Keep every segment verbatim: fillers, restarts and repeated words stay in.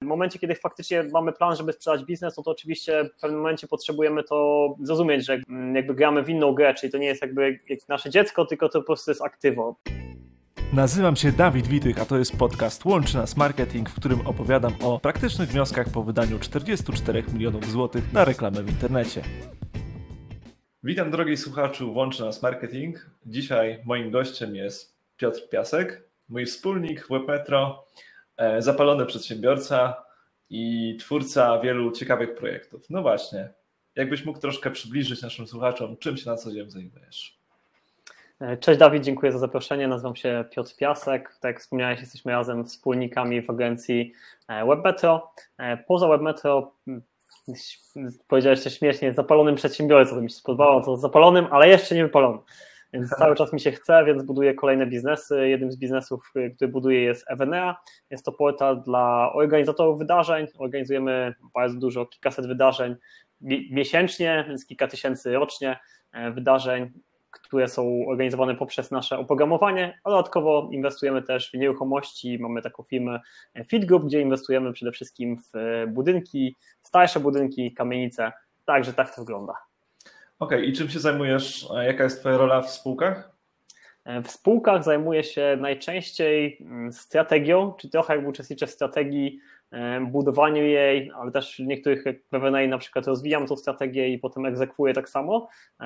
momencie, kiedy faktycznie mamy plan, żeby sprzedać biznes, no to oczywiście w pewnym momencie potrzebujemy to zrozumieć, że jakby gramy w inną grę, czyli to nie jest jakby jak nasze dziecko, tylko to po prostu jest aktywo. Nazywam się Dawid Witych, a to jest podcast Łączy Nas Marketing, w którym opowiadam o praktycznych wnioskach po wydaniu czterdziestu czterech milionów złotych na reklamę w internecie. Witam drogi słuchaczu Łączy Nas Marketing. Dzisiaj moim gościem jest Piotr Piasek, mój wspólnik w Webmetro, zapalony przedsiębiorca i twórca wielu ciekawych projektów. No właśnie, jakbyś mógł troszkę przybliżyć naszym słuchaczom, czym się na co dzień zajmujesz? Cześć Dawid, dziękuję za zaproszenie. Nazywam się Piotr Piasek. Tak jak wspomniałeś, jesteśmy razem wspólnikami w agencji Webmetro. Poza Webmetro powiedziałeś też śmiesznie, zapalonym przedsiębiorcą, to mi się spodobało, to zapalonym, ale jeszcze nie wypalonym. Więc cały czas mi się chce, więc buduję kolejne biznesy. Jednym z biznesów, który buduję, jest Evenea. Jest to portal dla organizatorów wydarzeń. Organizujemy bardzo dużo, kilkaset wydarzeń miesięcznie, więc kilka tysięcy rocznie wydarzeń, które są organizowane poprzez nasze oprogramowanie, a dodatkowo inwestujemy też w nieruchomości. Mamy taką firmę Fit Group, gdzie inwestujemy przede wszystkim w budynki, starsze budynki, kamienice. Także tak to wygląda. Okej, okay, i czym się zajmujesz? Jaka jest twoja rola w spółkach? W spółkach zajmuję się najczęściej strategią, czyli trochę jakby uczestniczę w strategii, budowaniu jej, ale też w niektórych w M and A na przykład rozwijam tą strategię i potem egzekwuję tak samo.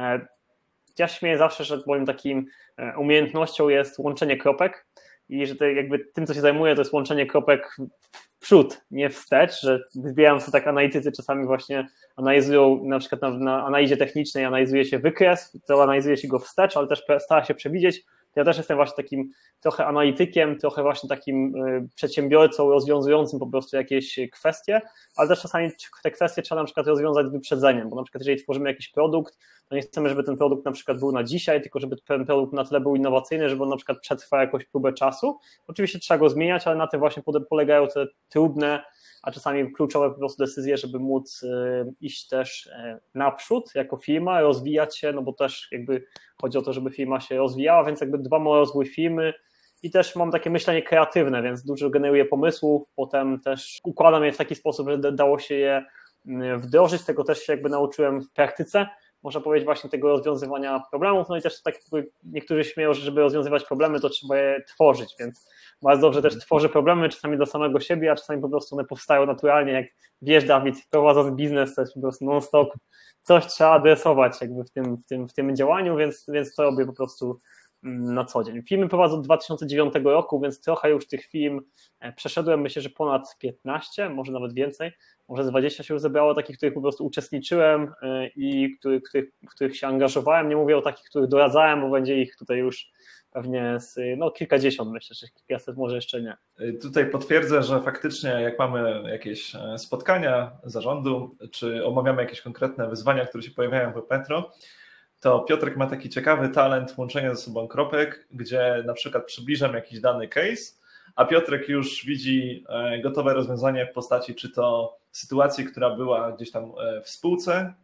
Ja śmieję zawsze, że moim takim umiejętnością jest łączenie kropek i że to jakby tym, co się zajmuję, to jest łączenie kropek w przód, nie wstecz, że zbieram sobie tak analitycy czasami właśnie analizują, na przykład na, na analizie technicznej analizuje się wykres, to analizuje się go wstecz, ale też stara się przewidzieć. Ja też jestem właśnie takim trochę analitykiem, trochę właśnie takim przedsiębiorcą rozwiązującym po prostu jakieś kwestie, ale też czasami te kwestie trzeba na przykład rozwiązać z wyprzedzeniem, bo na przykład jeżeli tworzymy jakiś produkt, to nie chcemy, żeby ten produkt na przykład był na dzisiaj, tylko żeby ten produkt na tyle był innowacyjny, żeby on na przykład przetrwał jakąś próbę czasu. Oczywiście trzeba go zmieniać, ale na tym właśnie polegają te trudne, a czasami kluczowe po prostu decyzje, żeby móc iść też naprzód jako firma, rozwijać się, no bo też jakby chodzi o to, żeby firma się rozwijała, więc jakby dbam o rozwój firmy i też mam takie myślenie kreatywne, więc dużo generuję pomysłów, potem też układam je w taki sposób, że dało się je wdrożyć, tego też się jakby nauczyłem w praktyce, można powiedzieć właśnie tego rozwiązywania problemów, no i też tak jakby niektórzy śmieją, że żeby rozwiązywać problemy, to trzeba je tworzyć, więc bardzo dobrze też tworzę problemy, czasami do samego siebie, a czasami po prostu one powstają naturalnie, jak wiesz Dawid, prowadząc biznes, to jest po prostu non-stop, coś trzeba adresować jakby w tym, w tym, w tym działaniu, więc, więc to robię po prostu na co dzień. Firmy prowadzę od dwa tysiące dziewiątego roku, więc trochę już tych firm przeszedłem, myślę, że ponad piętnaście, może nawet więcej, może z dwadzieścia się już zebrało takich, w których po prostu uczestniczyłem i w których, w których się angażowałem. Nie mówię o takich, których doradzałem, bo będzie ich tutaj już pewnie z, no, kilkadziesiąt, myślę, że kilkaset może jeszcze nie. Tutaj potwierdzę, że faktycznie jak mamy jakieś spotkania zarządu, czy omawiamy jakieś konkretne wyzwania, które się pojawiają w Webmetro, to Piotrek ma taki ciekawy talent łączenia ze sobą kropek, gdzie na przykład przybliżam jakiś dany case, a Piotrek już widzi gotowe rozwiązanie w postaci czy to sytuacji, która była gdzieś tam w spółce,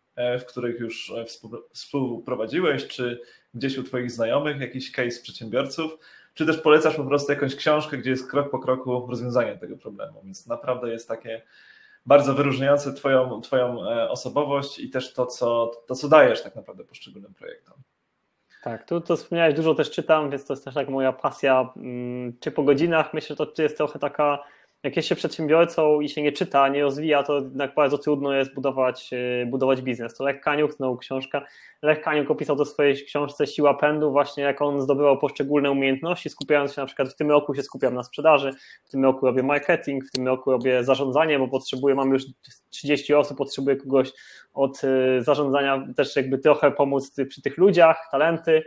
w których już współprowadziłeś, czy gdzieś u twoich znajomych jakiś case przedsiębiorców, czy też polecasz po prostu jakąś książkę, gdzie jest krok po kroku rozwiązanie tego problemu, więc naprawdę jest takie bardzo wyróżniające twoją, twoją osobowość i też to co, to, co dajesz tak naprawdę poszczególnym projektom. Tak, tu to wspomniałeś, dużo też czytam, więc to jest też tak moja pasja, czy po godzinach, myślę, że to jest trochę taka, jak jest się przedsiębiorcą i się nie czyta, nie rozwija, to jednak bardzo trudno jest budować, budować biznes. To Lech Kaniuk, znowu książka, Lech Kaniuk opisał to w swojej książce Siła Pędu, właśnie jak on zdobywał poszczególne umiejętności, skupiając się na przykład w tym roku się skupiam na sprzedaży, w tym roku robię marketing, w tym roku robię zarządzanie, bo potrzebuję, mam już trzydzieści osób, potrzebuję kogoś od zarządzania, też jakby trochę pomóc przy tych ludziach, talenty,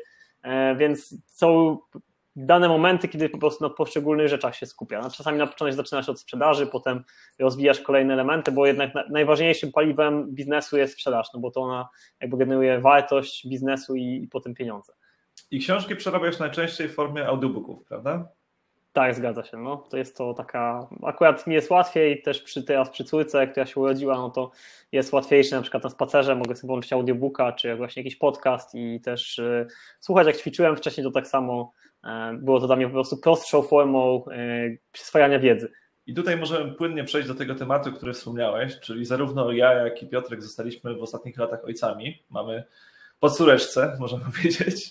więc są dane momenty, kiedy po prostu na poszczególnych rzeczach się skupia. No, czasami na początku zaczynasz od sprzedaży, potem rozwijasz kolejne elementy, bo jednak najważniejszym paliwem biznesu jest sprzedaż, no bo to ona jakby generuje wartość biznesu i, i potem pieniądze. I książki przerabiasz najczęściej w formie audiobooków, prawda? Tak, zgadza się. No. To jest to taka, akurat mi jest łatwiej, też przy, teraz przy córce, która się urodziła, no to jest łatwiejsze na przykład na spacerze, mogę sobie włączyć audiobooka, czy właśnie jakiś podcast i też y, słuchać, jak ćwiczyłem wcześniej, to tak samo y, było to dla mnie po prostu prostszą formą y, przyswajania wiedzy. I tutaj możemy płynnie przejść do tego tematu, który wspomniałeś, czyli zarówno ja, jak i Piotrek zostaliśmy w ostatnich latach ojcami. Mamy po córeczce, można powiedzieć.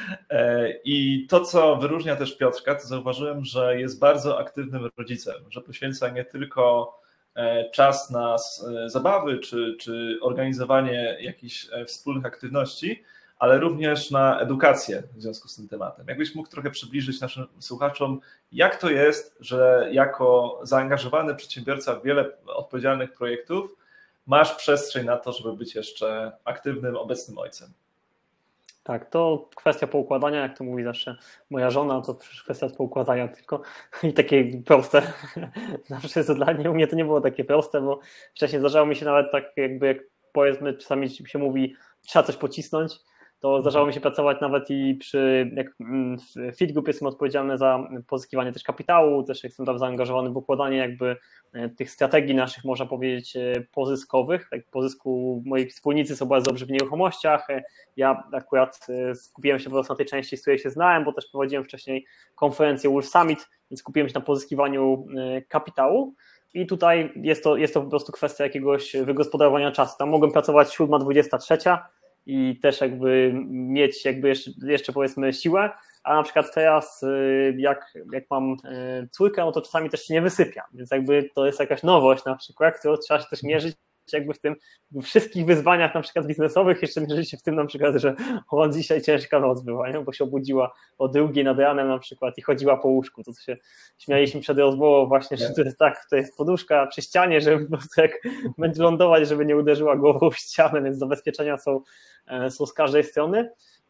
I to, co wyróżnia też Piotrka, to zauważyłem, że jest bardzo aktywnym rodzicem, że poświęca nie tylko czas na zabawy czy, czy organizowanie jakichś wspólnych aktywności, ale również na edukację w związku z tym tematem. Jakbyś mógł trochę przybliżyć naszym słuchaczom, jak to jest, że jako zaangażowany przedsiębiorca w wiele odpowiedzialnych projektów masz przestrzeń na to, żeby być jeszcze aktywnym, obecnym ojcem? Tak, to kwestia poukładania, jak to mówi zawsze moja żona, to przecież kwestia poukładania tylko i takie proste. Zawsze jest to dla mnie, u mnie to nie było takie proste, bo wcześniej zdarzało mi się nawet tak jakby, jak powiedzmy, czasami się mówi, trzeba coś pocisnąć, to zdarzało mi się pracować nawet i przy, jak w Fit Group jestem odpowiedzialny za pozyskiwanie też kapitału, też jestem tam zaangażowany w układanie jakby tych strategii naszych, można powiedzieć, pozyskowych. Tak, pozysku moi wspólnicy są bardzo dobrzy w nieruchomościach. Ja akurat skupiłem się po prostu na tej części, z której się znałem, bo też prowadziłem wcześniej konferencję Wolf Summit, więc skupiłem się na pozyskiwaniu kapitału. I tutaj jest to, jest to po prostu kwestia jakiegoś wygospodarowania czasu. Tam mogłem pracować siódma dwudziesta trzecia i też jakby mieć jakby jeszcze, jeszcze powiedzmy siłę, a na przykład teraz jak, jak mam córkę, no to czasami też się nie wysypiam, więc jakby to jest jakaś nowość na przykład, którą trzeba się też mierzyć jakby w tym w wszystkich wyzwaniach na przykład biznesowych, jeszcze mierzyć się w tym na przykład, że on dzisiaj ciężka noc była, nie? Bo się obudziła o drugiej nad ranem na przykład i chodziła po łóżku, to co się śmialiśmy przed rozmową właśnie, że to jest tak, to jest poduszka przy ścianie, żeby po prostu jak będzie lądować, żeby nie uderzyła głową w ścianę, więc zabezpieczenia są, są z każdej strony.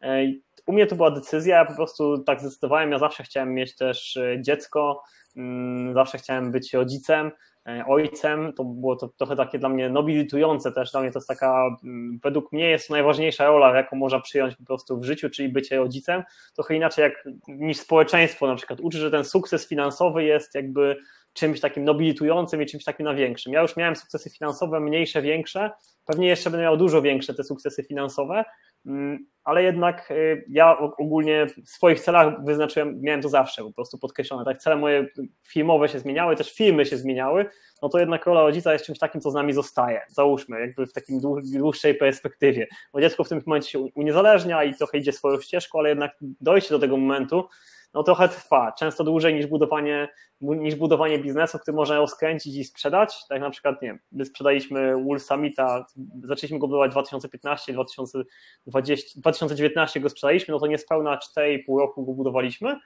U mnie to była decyzja, ja po prostu tak zdecydowałem, ja zawsze chciałem mieć też dziecko, zawsze chciałem być rodzicem, ojcem, to było to trochę takie dla mnie nobilitujące też, dla mnie to jest taka, według mnie jest to najważniejsza rola, jaką można przyjąć po prostu w życiu, czyli bycie rodzicem, trochę inaczej jak niż społeczeństwo na przykład uczy, że ten sukces finansowy jest jakby czymś takim nobilitującym i czymś takim na większym. Ja już miałem sukcesy finansowe, mniejsze, większe, pewnie jeszcze będę miał dużo większe te sukcesy finansowe, ale jednak ja ogólnie w swoich celach wyznaczyłem, miałem to zawsze po prostu podkreślone, tak, cele moje firmowe się zmieniały, też firmy się zmieniały, no to jednak rola rodzica jest czymś takim, co z nami zostaje, załóżmy, jakby w takim dłuższej perspektywie, bo dziecko w tym momencie się uniezależnia i trochę idzie swoją ścieżką, ale jednak dojście do tego momentu no trochę trwa, często dłużej niż budowanie, niż budowanie biznesu, który można rozkręcić i sprzedać. Tak na przykład, nie wiem, my sprzedaliśmy Wolf Summita, zaczęliśmy go budować dwa tysiące piętnasty, dwa tysiące dwudziesty, dwa tysiące dziewiętnasty go sprzedaliśmy, no to niespełna cztery i pół roku go budowaliśmy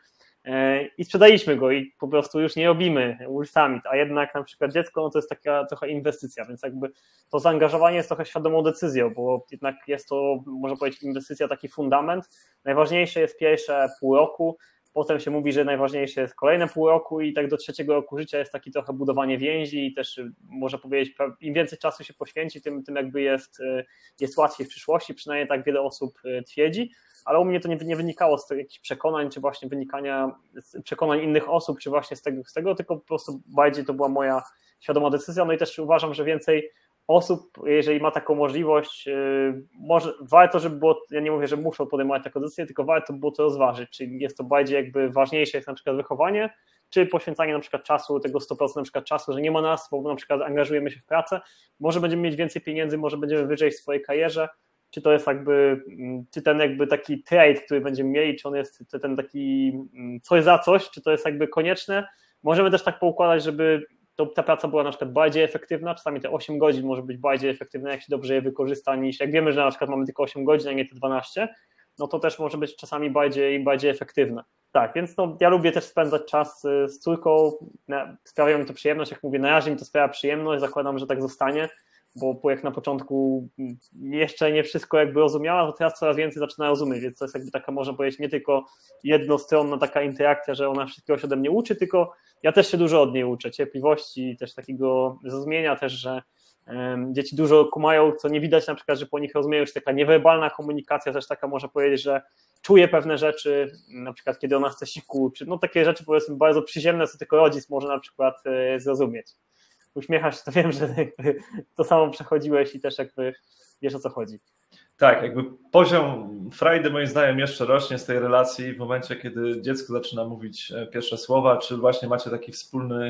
i sprzedaliśmy go i po prostu już nie robimy Wolf Summit, a jednak na przykład dziecko, no to jest taka trochę inwestycja, więc jakby to zaangażowanie jest trochę świadomą decyzją, bo jednak jest to, można powiedzieć, inwestycja, taki fundament. Najważniejsze jest pierwsze pół roku, potem się mówi, że najważniejsze jest kolejne pół roku i tak do trzeciego roku życia jest takie trochę budowanie więzi i też można powiedzieć, im więcej czasu się poświęci, tym, tym jakby jest, jest łatwiej w przyszłości, przynajmniej tak wiele osób twierdzi, ale u mnie to nie, nie wynikało z jakichś przekonań, czy właśnie wynikania z przekonań innych osób, czy właśnie z tego, z tego, tylko po prostu bardziej to była moja świadoma decyzja, no i też uważam, że więcej osób, jeżeli ma taką możliwość, może, warto, żeby było, ja nie mówię, że muszą podejmować taką decyzję, tylko warto było to rozważyć, czyli jest to bardziej jakby ważniejsze jest na przykład wychowanie, czy poświęcanie na przykład czasu, tego sto procent na przykład czasu, że nie ma nas, bo na przykład angażujemy się w pracę, może będziemy mieć więcej pieniędzy, może będziemy wyżej w swojej karierze, czy to jest jakby, czy ten jakby taki trade, który będziemy mieli, czy on jest ten taki coś za coś, czy to jest jakby konieczne, możemy też tak poukładać, żeby to ta praca była na przykład bardziej efektywna, czasami te osiem godzin może być bardziej efektywna, jak się dobrze je wykorzysta, niż jak wiemy, że na przykład mamy tylko osiem godzin, a nie te dwanaście, no to też może być czasami bardziej, bardziej efektywne. Tak, więc no, ja lubię też spędzać czas z córką, sprawia mi to przyjemność, jak mówię, na razie mi to sprawia przyjemność, zakładam, że tak zostanie, bo jak na początku jeszcze nie wszystko jakby rozumiała, to teraz coraz więcej zaczyna rozumieć, więc to jest jakby taka, można powiedzieć, nie tylko jednostronna taka interakcja, że ona wszystkiego się ode mnie uczy, tylko ja też się dużo od niej uczę, cierpliwości, też takiego zrozumienia też, że um, dzieci dużo kumają, co nie widać na przykład, że po nich rozumieją, czy taka niewerbalna komunikacja też taka, można powiedzieć, że czuje pewne rzeczy, na przykład kiedy ona chce siku, czy no takie rzeczy powiedzmy bardzo przyziemne, co tylko rodzic może na przykład e, zrozumieć. Uśmiechasz się, to wiem, że to samo przechodziłeś i też jakby wiesz, o co chodzi. Tak, jakby poziom frajdy moim zdaniem jeszcze rośnie z tej relacji w momencie, kiedy dziecko zaczyna mówić pierwsze słowa, czy właśnie macie taki wspólny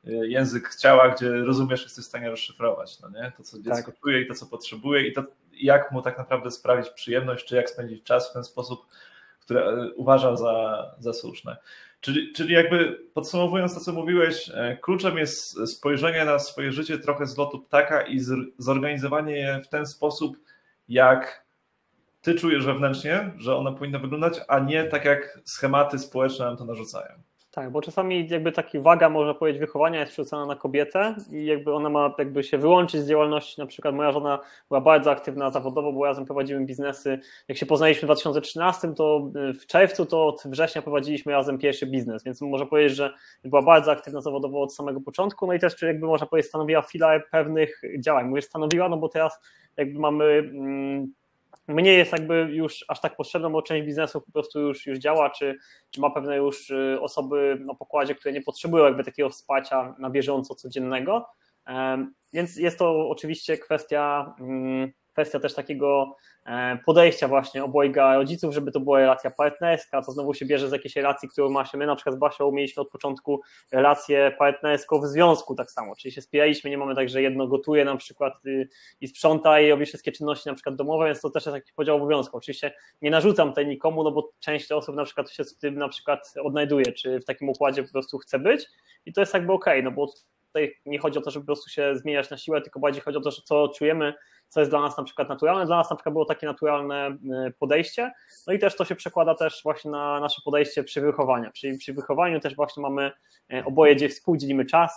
język ciała, gdzie rozumiesz, jesteś w stanie rozszyfrować, no nie? To, co dziecko tak. czuje i to, co potrzebuje i to, jak mu tak naprawdę sprawić przyjemność, czy jak spędzić czas w ten sposób, który uważam za, za słuszne. Czyli, czyli jakby podsumowując to, co mówiłeś, kluczem jest spojrzenie na swoje życie trochę z lotu ptaka i zorganizowanie je w ten sposób, jak ty czujesz wewnętrznie, że ono powinno wyglądać, a nie tak jak schematy społeczne nam to narzucają. Tak, bo czasami jakby taka waga, można powiedzieć, wychowania jest przerzucana na kobietę i jakby ona ma jakby się wyłączyć z działalności. Na przykład moja żona była bardzo aktywna zawodowo, bo razem prowadzimy biznesy. Jak się poznaliśmy w dwa tysiące trzynastym, to w czerwcu, to od września prowadziliśmy razem pierwszy biznes, więc można powiedzieć, że była bardzo aktywna zawodowo od samego początku, no i też jakby można powiedzieć stanowiła filar pewnych działań. Mówię stanowiła, no bo teraz jakby mamy... Mm, mnie jest jakby już aż tak potrzebna, bo część biznesu po prostu już, już działa, czy, czy ma pewne już osoby na pokładzie, które nie potrzebują jakby takiego wsparcia na bieżąco codziennego, więc jest to oczywiście kwestia, kwestia też takiego podejścia właśnie obojga rodziców, żeby to była relacja partnerska, to znowu się bierze z jakiejś relacji, którą ma się my, na przykład z Basią mieliśmy od początku relację partnerską w związku tak samo, czyli się wspieraliśmy, nie mamy tak, że jedno gotuje na przykład i sprząta i robi wszystkie czynności na przykład domowe, więc to też jest taki podział obowiązków. Oczywiście nie narzucam tutaj nikomu, no bo część osób na przykład się z tym na przykład odnajduje, czy w takim układzie po prostu chce być i to jest jakby okej, okay, no bo tutaj nie chodzi o to, żeby po prostu się zmieniać na siłę, tylko bardziej chodzi o to, że co czujemy, co jest dla nas na przykład naturalne. Dla nas na przykład było takie naturalne podejście, no i też to się przekłada też właśnie na nasze podejście przy wychowaniu, czyli przy wychowaniu też właśnie mamy oboje, gdzie współdzielimy czas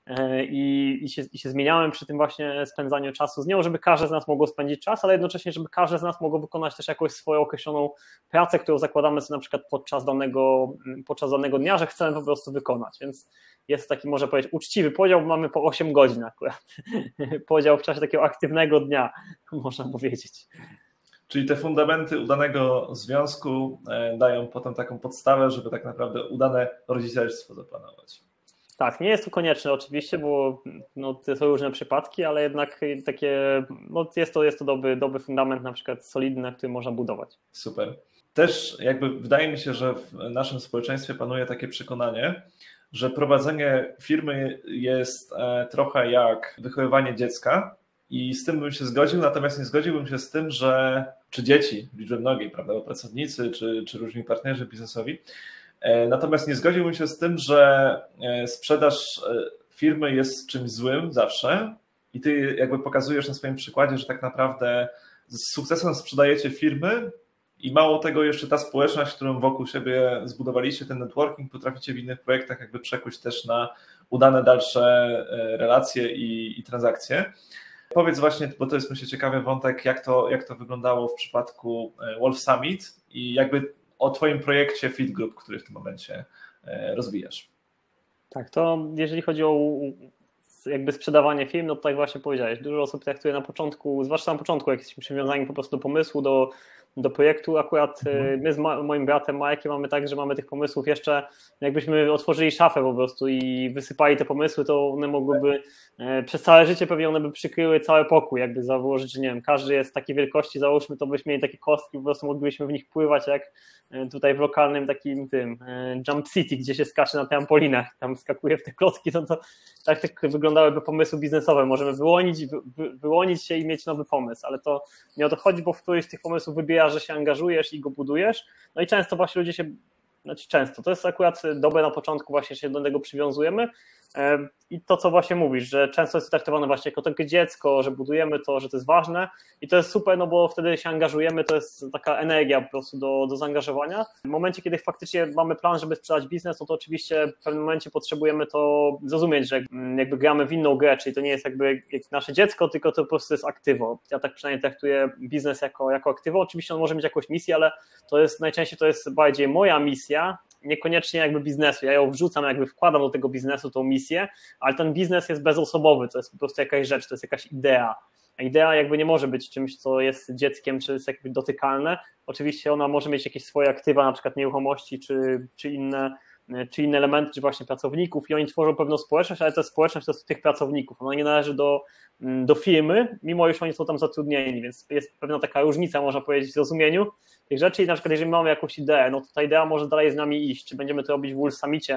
i, i, się, i się zmieniałem przy tym właśnie spędzaniu czasu z nią, żeby każdy z nas mogło spędzić czas, ale jednocześnie, żeby każdy z nas mogło wykonać też jakąś swoją określoną pracę, którą zakładamy sobie na przykład podczas danego, podczas danego dnia, że chcemy po prostu wykonać, więc jest taki, można powiedzieć, uczciwy podział, bo mamy po osiem godzin akurat, podział w czasie takiego aktywnego dnia, można powiedzieć. Czyli te fundamenty udanego związku dają potem taką podstawę, żeby tak naprawdę udane rodzicielstwo zaplanować. Tak, nie jest to konieczne oczywiście, bo no, to są różne przypadki, ale jednak takie, no, jest to, jest to dobry, dobry fundament, na przykład solidny, na którym można budować. Super. Też jakby wydaje mi się, że w naszym społeczeństwie panuje takie przekonanie, że prowadzenie firmy jest trochę jak wychowywanie dziecka i z tym bym się zgodził, natomiast nie zgodziłbym się z tym, że czy dzieci w liczbie mnogiej, prawda, bo pracownicy, czy, czy różni partnerzy biznesowi, natomiast nie zgodziłbym się z tym, że sprzedaż firmy jest czymś złym zawsze i ty jakby pokazujesz na swoim przykładzie, że tak naprawdę z sukcesem sprzedajecie firmy i mało tego jeszcze ta społeczność, którą wokół siebie zbudowaliście, ten networking, potraficie w innych projektach jakby przekuć też na udane dalsze relacje i, i transakcje. Powiedz właśnie, bo to jest myślę ciekawy wątek, jak to, jak to wyglądało w przypadku Wolf Summit i jakby o twoim projekcie Fit Group, który w tym momencie rozwijasz. Tak, to jeżeli chodzi o jakby sprzedawanie firm, no to tak właśnie powiedziałeś, dużo osób traktuje na początku, zwłaszcza na początku, jak jesteśmy przywiązani po prostu do pomysłu, do, do projektu. Akurat my z moim bratem Markiem mamy tak, że mamy tych pomysłów jeszcze, jakbyśmy otworzyli szafę po prostu i wysypali te pomysły, to one mogłyby przez całe życie pewnie one by przykryły cały pokój, jakby założyć, że nie wiem, każdy jest takiej wielkości, załóżmy, to byśmy mieli takie kostki, po prostu moglibyśmy w nich pływać jak tutaj w lokalnym takim tym Jump City, gdzie się skacze na trampolinach, tam skakuje w te klocki, no to tak, tak wyglądałyby pomysły biznesowe. Możemy wyłonić, wy, wyłonić się i mieć nowy pomysł, ale to nie o to chodzi, bo w którymś z tych pomysłów wybierasz, że się angażujesz i go budujesz, no i często właśnie ludzie się, znaczy często, to jest akurat dobre na początku właśnie, że się do tego przywiązujemy i to, co właśnie mówisz, że często jest traktowane właśnie jako takie dziecko, że budujemy to, że to jest ważne i to jest super, no bo wtedy się angażujemy, to jest taka energia po prostu do, do zaangażowania. W momencie, kiedy faktycznie mamy plan, żeby sprzedać biznes, no to oczywiście w pewnym momencie potrzebujemy to zrozumieć, że jakby gramy w inną grę, czyli to nie jest jakby jak nasze dziecko, tylko to po prostu jest aktywo. Ja tak przynajmniej traktuję biznes jako, jako aktywo. Oczywiście on może mieć jakąś misję, ale to jest najczęściej to jest bardziej moja misja, niekoniecznie jakby biznesu. Ja ją wrzucam, jakby wkładam do tego biznesu tą misję, ale ten biznes jest bezosobowy, to jest po prostu jakaś rzecz, to jest jakaś idea. A idea jakby nie może być czymś, co jest dzieckiem, czy jest jakby dotykalne. Oczywiście ona może mieć jakieś swoje aktywa, na przykład nieruchomości, czy, czy inne czy inne elementy, czy właśnie pracowników i oni tworzą pewną społeczność, ale ta społeczność to jest tych pracowników. Ona nie należy do, do firmy, mimo iż oni są tam zatrudnieni, więc jest pewna taka różnica, można powiedzieć, w zrozumieniu tych rzeczy i na przykład jeżeli mamy jakąś ideę, no to ta idea może dalej z nami iść, czy będziemy to robić w Wolf Summicie,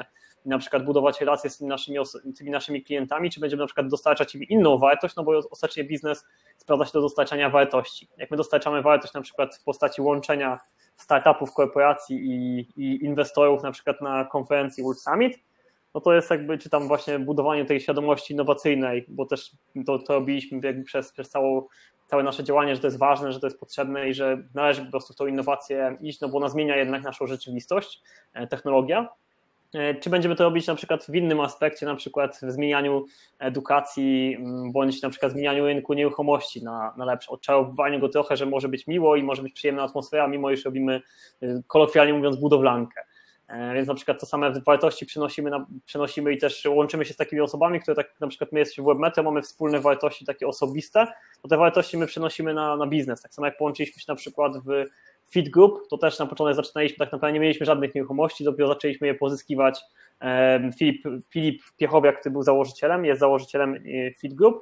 i na przykład budować relacje z tymi naszymi, tymi naszymi klientami, czy będziemy na przykład dostarczać im inną wartość, no bo ostatecznie biznes sprawdza się do dostarczania wartości. Jak my dostarczamy wartość na przykład w postaci łączenia startupów, korporacji i, i inwestorów na przykład na konferencji World Summit, no to jest jakby, czy tam właśnie budowanie tej świadomości innowacyjnej, bo też to, to robiliśmy jakby przez, przez całą, całe nasze działanie, że to jest ważne, że to jest potrzebne i że należy po prostu w tą innowację iść, no bo ona zmienia jednak naszą rzeczywistość, technologia. Czy będziemy to robić na przykład w innym aspekcie, na przykład w zmienianiu edukacji, bądź na przykład w zmienianiu rynku nieruchomości na, na lepsze, odczarowywaniu go trochę, że może być miło i może być przyjemna atmosfera, mimo iż robimy, kolokwialnie mówiąc, budowlankę. Więc na przykład to same wartości przenosimy, na, przenosimy i też łączymy się z takimi osobami, które tak na przykład my jesteśmy w WebMetro, mamy wspólne wartości takie osobiste, to te wartości my przenosimy na, na biznes. Tak samo jak połączyliśmy się na przykład w Fit Group, to też na początek zaczynaliśmy, tak naprawdę nie mieliśmy żadnych nieruchomości, dopiero zaczęliśmy je pozyskiwać. Filip, Filip Piechowiak, który był założycielem, jest założycielem Fit Group.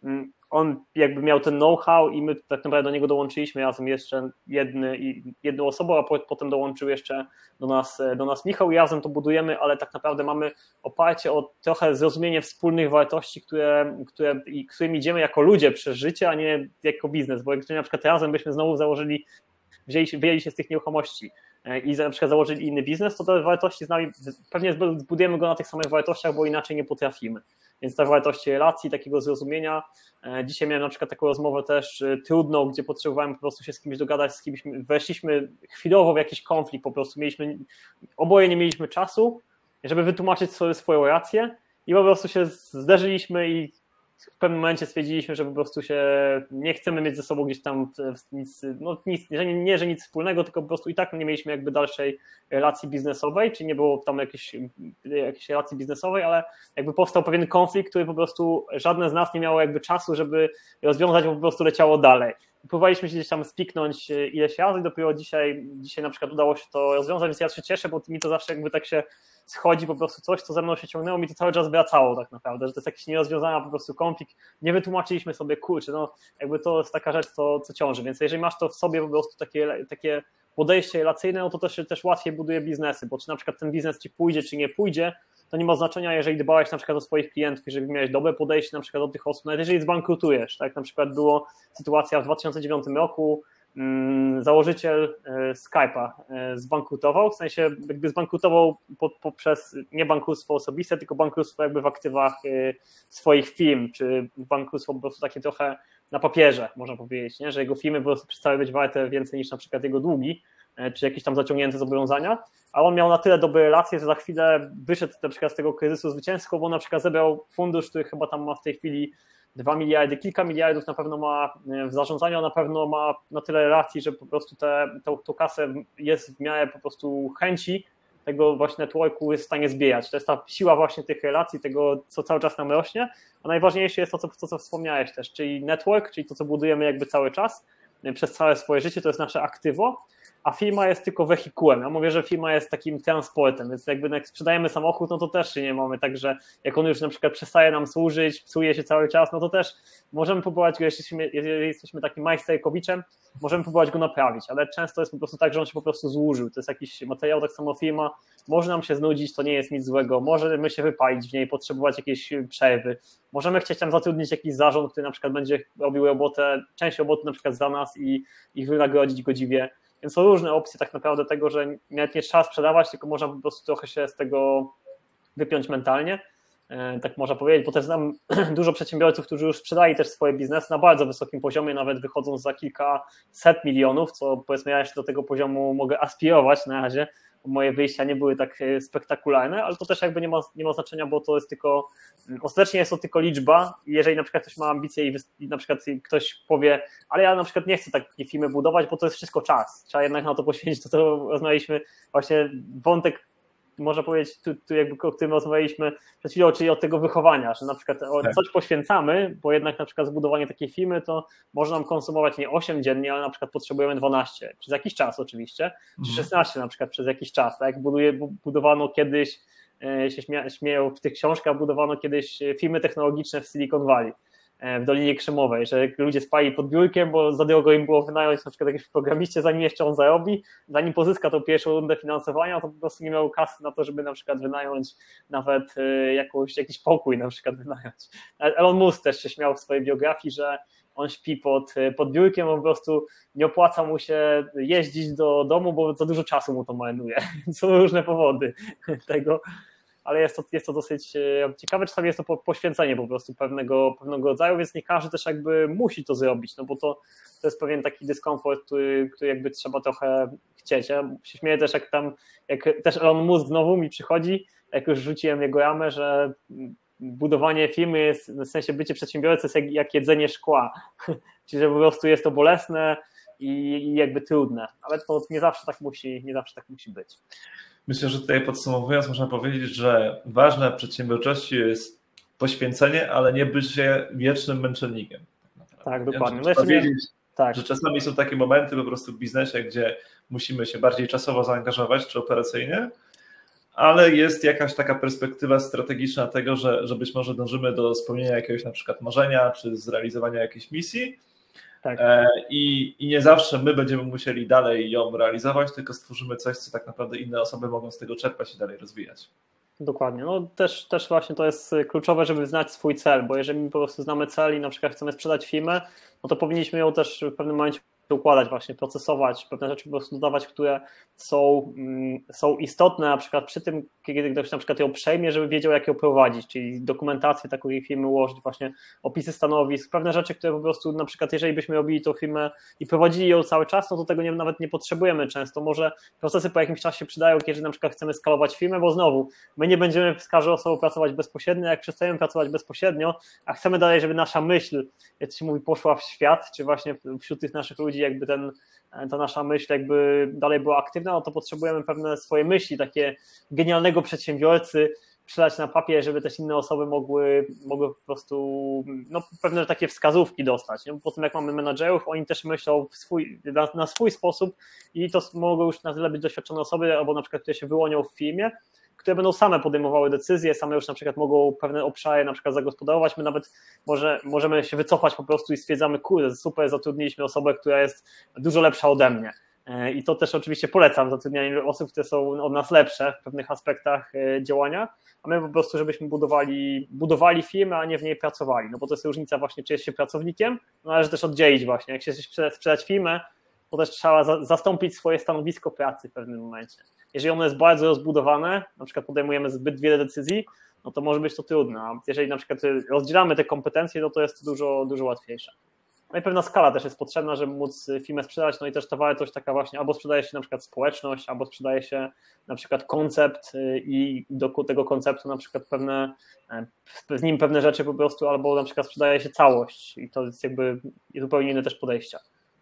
On jakby miał ten know-how i my tak naprawdę do niego dołączyliśmy razem jeszcze jedny, jedną osobą, a potem dołączył jeszcze do nas, do nas Michał i razem to budujemy, ale tak naprawdę mamy oparcie o trochę zrozumienie wspólnych wartości, które, które, którymi idziemy jako ludzie przez życie, a nie jako biznes, bo jak na przykład razem byśmy znowu założyli, wzięli, wzięli się z tych nieruchomości i na przykład założyli inny biznes, to te wartości z nami, pewnie zbudujemy go na tych samych wartościach, bo inaczej nie potrafimy. Więc te wartości relacji, takiego zrozumienia. Dzisiaj miałem na przykład taką rozmowę też trudną, gdzie potrzebowałem po prostu się z kimś dogadać, z kimś weszliśmy chwilowo w jakiś konflikt, po prostu mieliśmy, oboje nie mieliśmy czasu, żeby wytłumaczyć sobie swoją rację i po prostu się zderzyliśmy i w pewnym momencie stwierdziliśmy, że po prostu się nie chcemy mieć ze sobą gdzieś tam nic, no nic, że nie, nie, że nic wspólnego, tylko po prostu i tak nie mieliśmy jakby dalszej relacji biznesowej, czy nie było tam jakiejś, jakiejś relacji biznesowej, ale jakby powstał pewien konflikt, który po prostu żadne z nas nie miało jakby czasu, żeby rozwiązać, bo po prostu leciało dalej. Próbowaliśmy się gdzieś tam spiknąć ileś razy i dopiero dzisiaj, dzisiaj na przykład udało się to rozwiązać, więc ja się cieszę, bo mi to zawsze jakby tak się schodzi po prostu coś, co ze mną się ciągnęło, mi to cały czas wracało tak naprawdę, że to jest jakiś nierozwiązany po prostu konflikt, nie wytłumaczyliśmy sobie, kurczę, no jakby to jest taka rzecz, co, co ciąży, więc jeżeli masz to w sobie po prostu takie, takie podejście relacyjne, no to też, też łatwiej buduje biznesy, bo czy na przykład ten biznes ci pójdzie, czy nie pójdzie, to nie ma znaczenia, jeżeli dbałeś na przykład o swoich klientów, jeżeli miałeś dobre podejście na przykład do tych osób, nawet jeżeli zbankrutujesz, tak, na przykład była sytuacja w dwa tysiące dziewiątym roku, hmm, założyciel Skype'a zbankrutował, w sensie jakby zbankrutował poprzez nie bankructwo osobiste, tylko bankructwo jakby w aktywach swoich firm, czy bankructwo po prostu takie trochę na papierze, można powiedzieć, nie? Że jego firmy po prostu przestały być warte więcej niż na przykład jego długi, czy jakieś tam zaciągnięte zobowiązania, a on miał na tyle dobre relacje, że za chwilę wyszedł na przykład z tego kryzysu zwycięsko, bo na przykład zebrał fundusz, który chyba tam ma w tej chwili dwa miliardy, kilka miliardów na pewno ma w zarządzaniu, a na pewno ma na tyle relacji, że po prostu tę te, tą kasę jest w miarę po prostu chęci tego właśnie networku jest w stanie zbierać. To jest ta siła właśnie tych relacji, tego, co cały czas nam rośnie, a najważniejsze jest to, co, to, co wspomniałeś też, czyli network, czyli to, co budujemy jakby cały czas, przez całe swoje życie, to jest nasze aktywo, a firma jest tylko wehikułem. Ja mówię, że firma jest takim transportem, więc jakby jak sprzedajemy samochód, no to też nie mamy tak, że jak on już na przykład przestaje nam służyć, psuje się cały czas, no to też możemy próbować go, jeśli jesteśmy takim majsterkowiczem, możemy próbować go naprawić, ale często jest po prostu tak, że on się po prostu zużył. To jest jakiś materiał, tak samo firma, może nam się znudzić, to nie jest nic złego, możemy się wypalić w niej, potrzebować jakiejś przerwy, możemy chcieć tam zatrudnić jakiś zarząd, który na przykład będzie robił robotę, część roboty na przykład za nas i ich wynagrodzić godziwie. Więc są różne opcje tak naprawdę tego, że nawet nie trzeba sprzedawać, tylko można po prostu trochę się z tego wypiąć mentalnie, tak można powiedzieć, bo też znam dużo przedsiębiorców, którzy już sprzedali też swoje biznesy na bardzo wysokim poziomie, nawet wychodząc za kilkaset milionów, co powiedzmy ja jeszcze do tego poziomu mogę aspirować na razie, bo moje wyjścia nie były tak spektakularne, ale to też jakby nie ma, nie ma znaczenia, bo to jest tylko, ostatecznie jest to tylko liczba. Jeżeli na przykład ktoś ma ambicje i na przykład ktoś powie, ale ja na przykład nie chcę takiej firmy budować, bo to jest wszystko czas, trzeba jednak na to poświęcić, to co rozmawialiśmy, właśnie wątek, można powiedzieć, tu, tu jakby o którym rozmawialiśmy przed chwilą, czyli od tego wychowania, że na przykład coś poświęcamy, bo jednak na przykład zbudowanie takiej firmy to może nam konsumować nie osiem dziennie, ale na przykład potrzebujemy dwanaście, przez jakiś czas oczywiście, czy szesnaście na przykład przez jakiś czas, tak jak buduje, budowano kiedyś, się śmie, śmieją w tych książkach, budowano kiedyś firmy technologiczne w Silicon Valley. w Dolinie Krzemowej, że ludzie spali pod biurkiem, bo za drogo im było wynająć na przykład jakiegoś programiście, zanim jeszcze on zarobi, zanim pozyska tą pierwszą rundę finansowania, to po prostu nie miał kasy na to, żeby na przykład wynająć nawet jakąś, jakiś pokój na przykład wynająć. Elon Musk też się śmiał w swojej biografii, że on śpi pod, pod biurkiem, bo po prostu nie opłaca mu się jeździć do domu, bo za dużo czasu mu to marnuje. Są różne powody tego, ale jest to, jest to dosyć ciekawe, czasami jest to poświęcenie po prostu pewnego, pewnego rodzaju, więc nie każdy też jakby musi to zrobić, no bo to, to jest pewien taki dyskomfort, który, który jakby trzeba trochę chcieć. Ja się śmieję też, jak tam, jak też Elon Musk znowu mi przychodzi, jak już rzuciłem jego ramę, że budowanie firmy jest, w sensie bycie przedsiębiorcą jest jak, jak jedzenie szkła, czyli że po prostu jest to bolesne i, i jakby trudne, ale to nie zawsze tak musi, nie zawsze tak musi być. Myślę, że tutaj podsumowując można powiedzieć, że ważne w przedsiębiorczości jest poświęcenie, ale nie bycie wiecznym męczennikiem. Tak, tak dokładnie. Trzeba wiedzieć, tak. że czasami są takie momenty po prostu w biznesie, gdzie musimy się bardziej czasowo zaangażować czy operacyjnie, ale jest jakaś taka perspektywa strategiczna tego, że, że być może dążymy do spełnienia jakiegoś na przykład marzenia czy zrealizowania jakiejś misji. Tak. I, I nie zawsze my będziemy musieli dalej ją realizować, tylko stworzymy coś, co tak naprawdę inne osoby mogą z tego czerpać i dalej rozwijać. Dokładnie. No też, też właśnie to jest kluczowe, żeby znać swój cel, bo jeżeli my po prostu znamy cel i na przykład chcemy sprzedać firmę, no to powinniśmy ją też w pewnym momencie układać właśnie, procesować, pewne rzeczy po prostu dodawać, które są, są istotne, na przykład przy tym, kiedy ktoś na przykład ją przejmie, żeby wiedział, jak ją prowadzić, czyli dokumentację takiej firmy ułożyć, właśnie opisy stanowisk, pewne rzeczy, które po prostu na przykład jeżeli byśmy robili tą firmę i prowadzili ją cały czas, no to tego nie, nawet nie potrzebujemy często, może procesy po jakimś czasie się przydają, kiedy na przykład chcemy skalować firmę, bo znowu, my nie będziemy z każdą osobą pracować bezpośrednio, jak przestajemy pracować bezpośrednio, a chcemy dalej, żeby nasza myśl, jak to się mówi, poszła w świat, czy właśnie wśród tych naszych ludzi jakby ten, ta nasza myśl jakby dalej była aktywna, no to potrzebujemy pewne swoje myśli, takie genialnego przedsiębiorcy przelać na papier, żeby też inne osoby mogły, mogły po prostu no, pewne takie wskazówki dostać. Nie? Po tym jak mamy menadżerów, oni też myślą w swój, na, na swój sposób i to mogą już na tyle być doświadczone osoby, albo na przykład, które się wyłonią w firmie, które będą same podejmowały decyzje, same już na przykład mogą pewne obszary na przykład zagospodarować, my nawet może, możemy się wycofać po prostu i stwierdzamy, kurde, super, zatrudniliśmy osobę, która jest dużo lepsza ode mnie. I to też oczywiście polecam, zatrudnianie osób, które są od nas lepsze w pewnych aspektach działania, a my po prostu, żebyśmy budowali, budowali firmę, a nie w niej pracowali, no bo to jest różnica właśnie, czy jest się pracownikiem, należy też oddzielić właśnie, jak się chce sprzedać firmę, to też trzeba za, zastąpić swoje stanowisko pracy w pewnym momencie. Jeżeli ono jest bardzo rozbudowane, na przykład podejmujemy zbyt wiele decyzji, no to może być to trudne, a jeżeli na przykład rozdzielamy te kompetencje, no to jest to dużo, dużo łatwiejsze. No i pewna skala też jest potrzebna, żeby móc firmę sprzedać, no i też ta wartość taka właśnie, albo sprzedaje się na przykład społeczność, albo sprzedaje się na przykład koncept i do tego konceptu na przykład pewne, z nim pewne rzeczy po prostu, albo na przykład sprzedaje się całość i to jest jakby zupełnie inne też podejścia.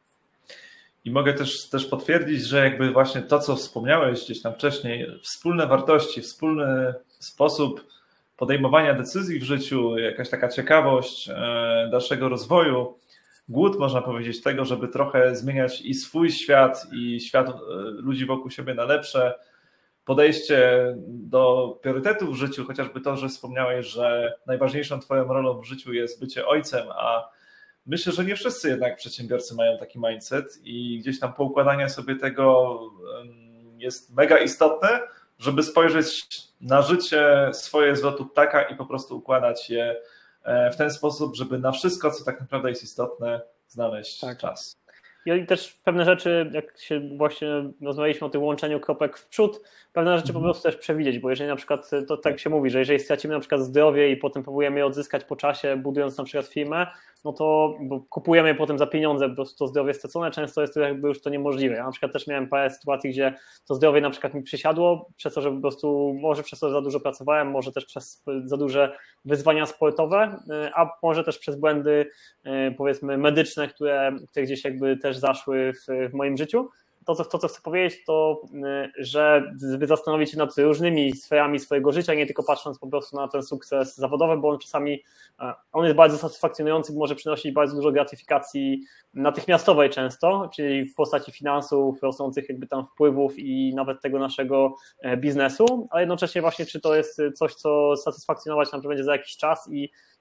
I mogę też, też potwierdzić, że jakby właśnie to, co wspomniałeś gdzieś tam wcześniej, wspólne wartości, wspólny sposób podejmowania decyzji w życiu, jakaś taka ciekawość dalszego rozwoju, głód, można powiedzieć, tego, żeby trochę zmieniać i swój świat, i świat ludzi wokół siebie na lepsze, podejście do priorytetów w życiu, chociażby to, że wspomniałeś, że najważniejszą twoją rolą w życiu jest bycie ojcem, a myślę, że nie wszyscy jednak przedsiębiorcy mają taki mindset i gdzieś tam poukładanie sobie tego jest mega istotne, żeby spojrzeć na życie swoje z lotu ptaka i po prostu układać je w ten sposób, żeby na wszystko, co tak naprawdę jest istotne, znaleźć tak. czas. I też pewne rzeczy, jak się właśnie rozmawialiśmy o tym łączeniu kropek w przód, pewne rzeczy mm. po prostu też przewidzieć, bo jeżeli na przykład, to tak się mówi, że jeżeli stracimy na przykład zdrowie i potem próbujemy je odzyskać po czasie, budując na przykład firmę, no to bo kupujemy je potem za pieniądze, po prostu to zdrowie stracone, często jest to jakby już to niemożliwe. Ja na przykład też miałem parę sytuacji, gdzie to zdrowie na przykład mi przysiadło, przez to, że po prostu, może przez to, że za dużo pracowałem, może też przez za duże wyzwania sportowe, a może też przez błędy powiedzmy medyczne, które, które gdzieś jakby też zaszły w, w moim życiu. To co, to, co chcę powiedzieć, to żeby zastanowić się nad różnymi sferami swojego życia, nie tylko patrząc po prostu na ten sukces zawodowy, bo on czasami on jest bardzo satysfakcjonujący, może przynosić bardzo dużo gratyfikacji natychmiastowej często, czyli w postaci finansów, rosnących jakby tam wpływów i nawet tego naszego biznesu, ale jednocześnie właśnie czy to jest coś, co satysfakcjonować nam będzie za jakiś czas i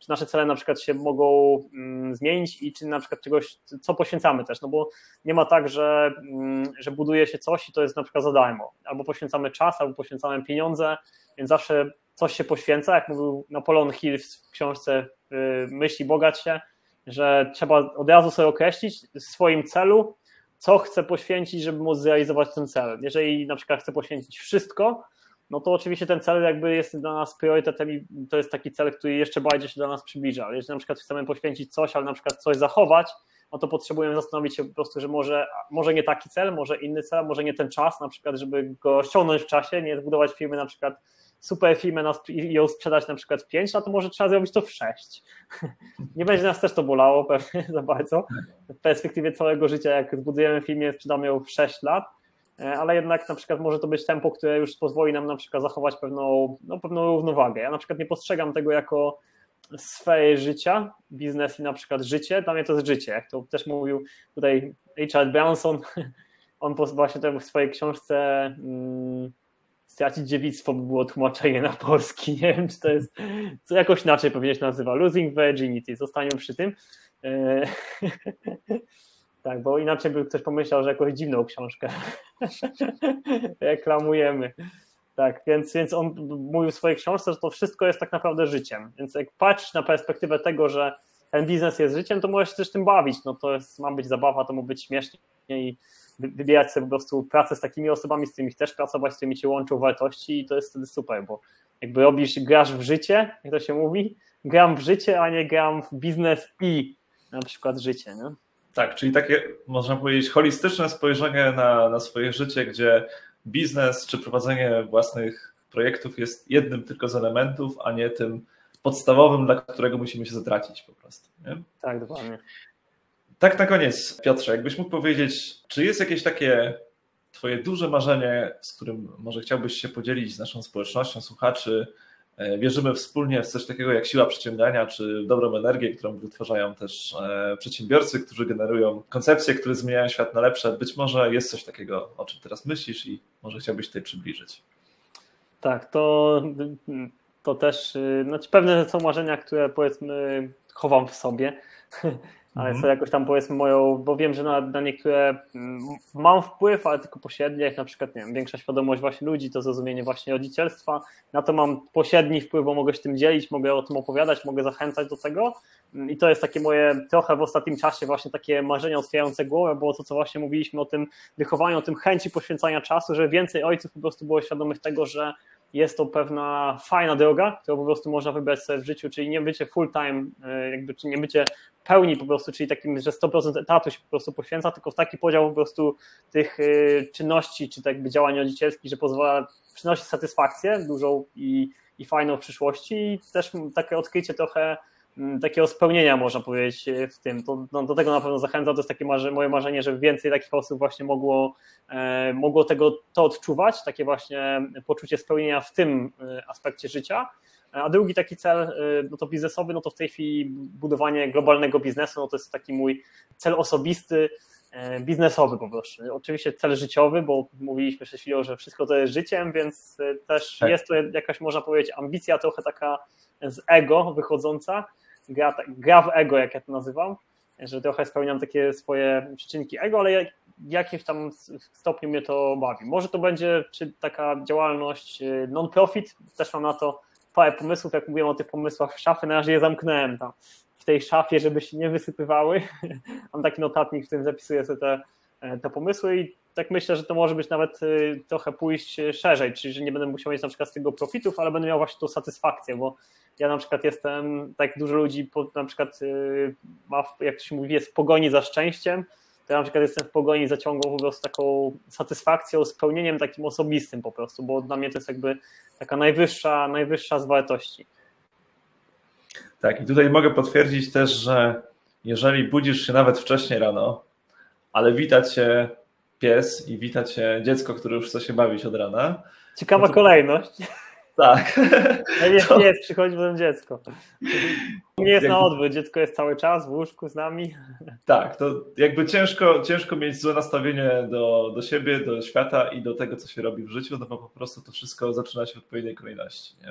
czy nasze cele na przykład się mogą mm, zmienić i czy na przykład czegoś, co poświęcamy też, no bo nie ma tak, że, mm, że buduje się coś i to jest na przykład za darmo, albo poświęcamy czas, albo poświęcamy pieniądze, więc zawsze coś się poświęca, jak mówił Napoleon Hill w książce Myśli Bogacz się, że trzeba od razu sobie określić w swoim celu, co chcę poświęcić, żeby móc zrealizować ten cel. Jeżeli na przykład chcę poświęcić wszystko, no to oczywiście ten cel jakby jest dla nas priorytetem i to jest taki cel, który jeszcze bardziej się do nas przybliża. Ale jeżeli na przykład chcemy poświęcić coś, ale na przykład coś zachować, no to potrzebujemy zastanowić się po prostu, że może, może nie taki cel, może inny cel, może nie ten czas na przykład, żeby go ściągnąć w czasie, nie zbudować firmy na przykład super firmę na, i ją sprzedać na przykład w pięć, no to może trzeba zrobić to w sześć. Nie będzie nas też to bolało pewnie za bardzo. W perspektywie całego życia, jak zbudujemy firmę, sprzedamy ją w sześć lat, ale jednak na przykład może to być tempo, które już pozwoli nam na przykład zachować pewną, no, pewną równowagę. Ja na przykład nie postrzegam tego jako sfery życia, biznes i na przykład życie. Dla mnie to jest życie, jak to też mówił tutaj Richard Branson, on właśnie w swojej książce hmm, Stracić dziewictwo by było tłumaczenie na polski, nie wiem, czy to jest, co jakoś inaczej pewnie się nazywa, Losing Virginity, zostaniemy przy tym. Tak, bo inaczej by ktoś pomyślał, że jakąś dziwną książkę reklamujemy. Tak, więc, więc on mówił w swojej książce, że to wszystko jest tak naprawdę życiem, więc jak patrzysz na perspektywę tego, że ten biznes jest życiem, to możesz się też tym bawić, no to jest, ma być zabawa, to ma być śmiesznie i wybierać sobie po prostu pracę z takimi osobami, z którymi chcesz pracować, z którymi cię łączą wartości i to jest wtedy super, bo jakby robisz, grasz w życie, jak to się mówi, gram w życie, a nie gram w biznes i na przykład życie, nie? Tak, czyli takie, można powiedzieć, holistyczne spojrzenie na, na swoje życie, gdzie biznes czy prowadzenie własnych projektów jest jednym tylko z elementów, a nie tym podstawowym, dla którego musimy się zatracić po prostu. Nie? Tak, dokładnie. Tak na koniec, Piotrze, jakbyś mógł powiedzieć, czy jest jakieś takie twoje duże marzenie, z którym może chciałbyś się podzielić z naszą społecznością słuchaczy? Wierzymy wspólnie w coś takiego jak siła przyciągania, czy dobrą energię, którą wytwarzają też przedsiębiorcy, którzy generują koncepcje, które zmieniają świat na lepsze. Być może jest coś takiego, o czym teraz myślisz i może chciałbyś tutaj przybliżyć. Tak, to, to też, znaczy pewne są marzenia, które powiedzmy chowam w sobie, ale mhm. są jakoś tam powiedzmy moją, bo wiem, że na, na niektóre mam wpływ, ale tylko pośredni, jak na przykład, nie wiem, większa świadomość właśnie ludzi, to zrozumienie właśnie rodzicielstwa, na to mam pośredni wpływ, bo mogę się tym dzielić, mogę o tym opowiadać, mogę zachęcać do tego i to jest takie moje trochę w ostatnim czasie właśnie takie marzenie otwierające głowę, było to, co właśnie mówiliśmy o tym wychowaniu, o tym chęci poświęcania czasu, że więcej ojców po prostu było świadomych tego, że jest to pewna fajna droga, którą po prostu można wybrać sobie w życiu, czyli nie bycie full time, jakby, czy nie bycie pełni po prostu, czyli takim, że sto procent etatu się po prostu poświęca, tylko w taki podział po prostu tych czynności, czy tak jakby działań rodzicielskich, że pozwala przynosić satysfakcję dużą i, i fajną w przyszłości i też takie odkrycie trochę takiego spełnienia, można powiedzieć, w tym. To, no, do tego na pewno zachęcam, to jest takie marze, moje marzenie, żeby więcej takich osób właśnie mogło, e, mogło tego to odczuwać, takie właśnie poczucie spełnienia w tym aspekcie życia. A drugi taki cel, no to biznesowy, no to w tej chwili budowanie globalnego biznesu, no to jest taki mój cel osobisty, biznesowy po prostu. Oczywiście cel życiowy, bo mówiliśmy przed chwilą, że wszystko to jest życiem, więc też tak. Jest to jakaś, można powiedzieć, ambicja trochę taka z ego wychodząca, gra, gra w ego, jak ja to nazywam, że trochę spełniam takie swoje przyczynki ego, ale w jakimś tam stopniu mnie to bawi. Może to będzie czy taka działalność non-profit, też mam na to parę pomysłów, jak mówiłem o tych pomysłach w szafie, na razie je zamknęłem tam w tej szafie, żeby się nie wysypywały. Mam taki notatnik, w którym zapisuję sobie te, te pomysły i tak myślę, że to może być nawet trochę pójść szerzej, czyli że nie będę musiał mieć na przykład z tego profitów, ale będę miał właśnie tą satysfakcję, bo ja na przykład jestem, tak dużo ludzi na przykład ma, jak to się mówi, jest w pogoni za szczęściem, to ja na przykład jestem w pogoni za ciągłą po prostu taką satysfakcją, spełnieniem takim osobistym po prostu, bo dla mnie to jest jakby taka najwyższa, najwyższa z wartości. Tak, i tutaj mogę potwierdzić też, że jeżeli budzisz się nawet wcześniej rano, ale wita cię pies i wita cię dziecko, które już chce się bawić od rana. Ciekawa no to... kolejność. Tak. Najpierw to... pies, przychodzi potem dziecko. Nie jest na odwrót, dziecko jest cały czas w łóżku z nami. Tak, to jakby ciężko, ciężko mieć złe nastawienie do, do siebie, do świata i do tego, co się robi w życiu, no bo po prostu to wszystko zaczyna się w odpowiedniej kolejności, nie?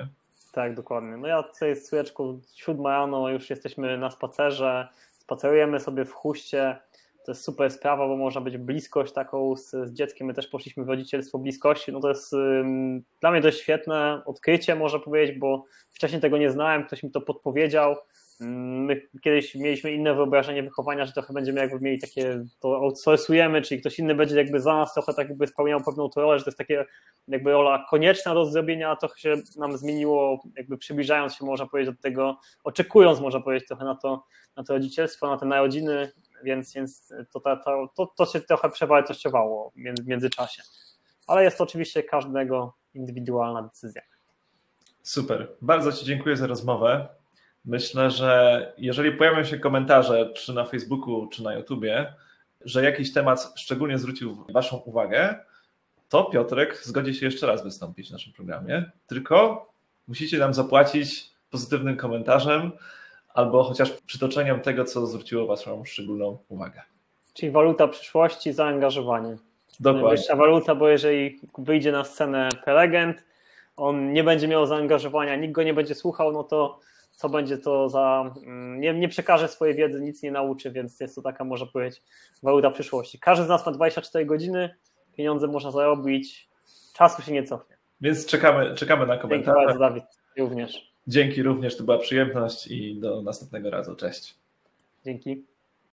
Tak, dokładnie. No ja tutaj z córeczką siódma rano już jesteśmy na spacerze, spacerujemy sobie w Huście. To jest super sprawa, bo można być bliskość taką z, z dzieckiem. My też poszliśmy w rodzicielstwo bliskości. No to jest ym, dla mnie to jest świetne odkrycie, można powiedzieć, bo wcześniej tego nie znałem, ktoś mi to podpowiedział. My kiedyś mieliśmy inne wyobrażenie wychowania, że trochę będziemy jakby mieli takie, to outsourcujemy, czyli ktoś inny będzie jakby za nas trochę tak jakby spełniał pewną tą rolę, że to jest takie jakby rola konieczna do zrobienia, a trochę się nam zmieniło, jakby przybliżając się, można powiedzieć, do tego, oczekując, można powiedzieć, trochę na to, na to rodzicielstwo, na te narodziny, więc, więc to, to, to, to się trochę przewartościowało w międzyczasie. Ale jest to oczywiście każdego indywidualna decyzja. Super. Bardzo Ci dziękuję za rozmowę. Myślę, że jeżeli pojawią się komentarze, czy na Facebooku, czy na YouTubie, że jakiś temat szczególnie zwrócił Waszą uwagę, to Piotrek zgodzi się jeszcze raz wystąpić w naszym programie, tylko musicie nam zapłacić pozytywnym komentarzem albo chociaż przytoczeniem tego, co zwróciło Waszą szczególną uwagę. Czyli waluta przyszłości, zaangażowanie. Dokładnie. Najwyższa waluta, bo jeżeli wyjdzie na scenę prelegent, on nie będzie miał zaangażowania, nikt go nie będzie słuchał, no to co będzie to za... Nie, nie przekaże swojej wiedzy, nic nie nauczy, więc jest to taka, można powiedzieć, waluta przyszłości. Każdy z nas ma dwadzieścia cztery godziny, pieniądze można zarobić, czasu się nie cofnie. Więc czekamy, czekamy na komentarze. Dzięki bardzo, Dawid, również. Dzięki również, to była przyjemność i do następnego razu. Cześć. Dzięki.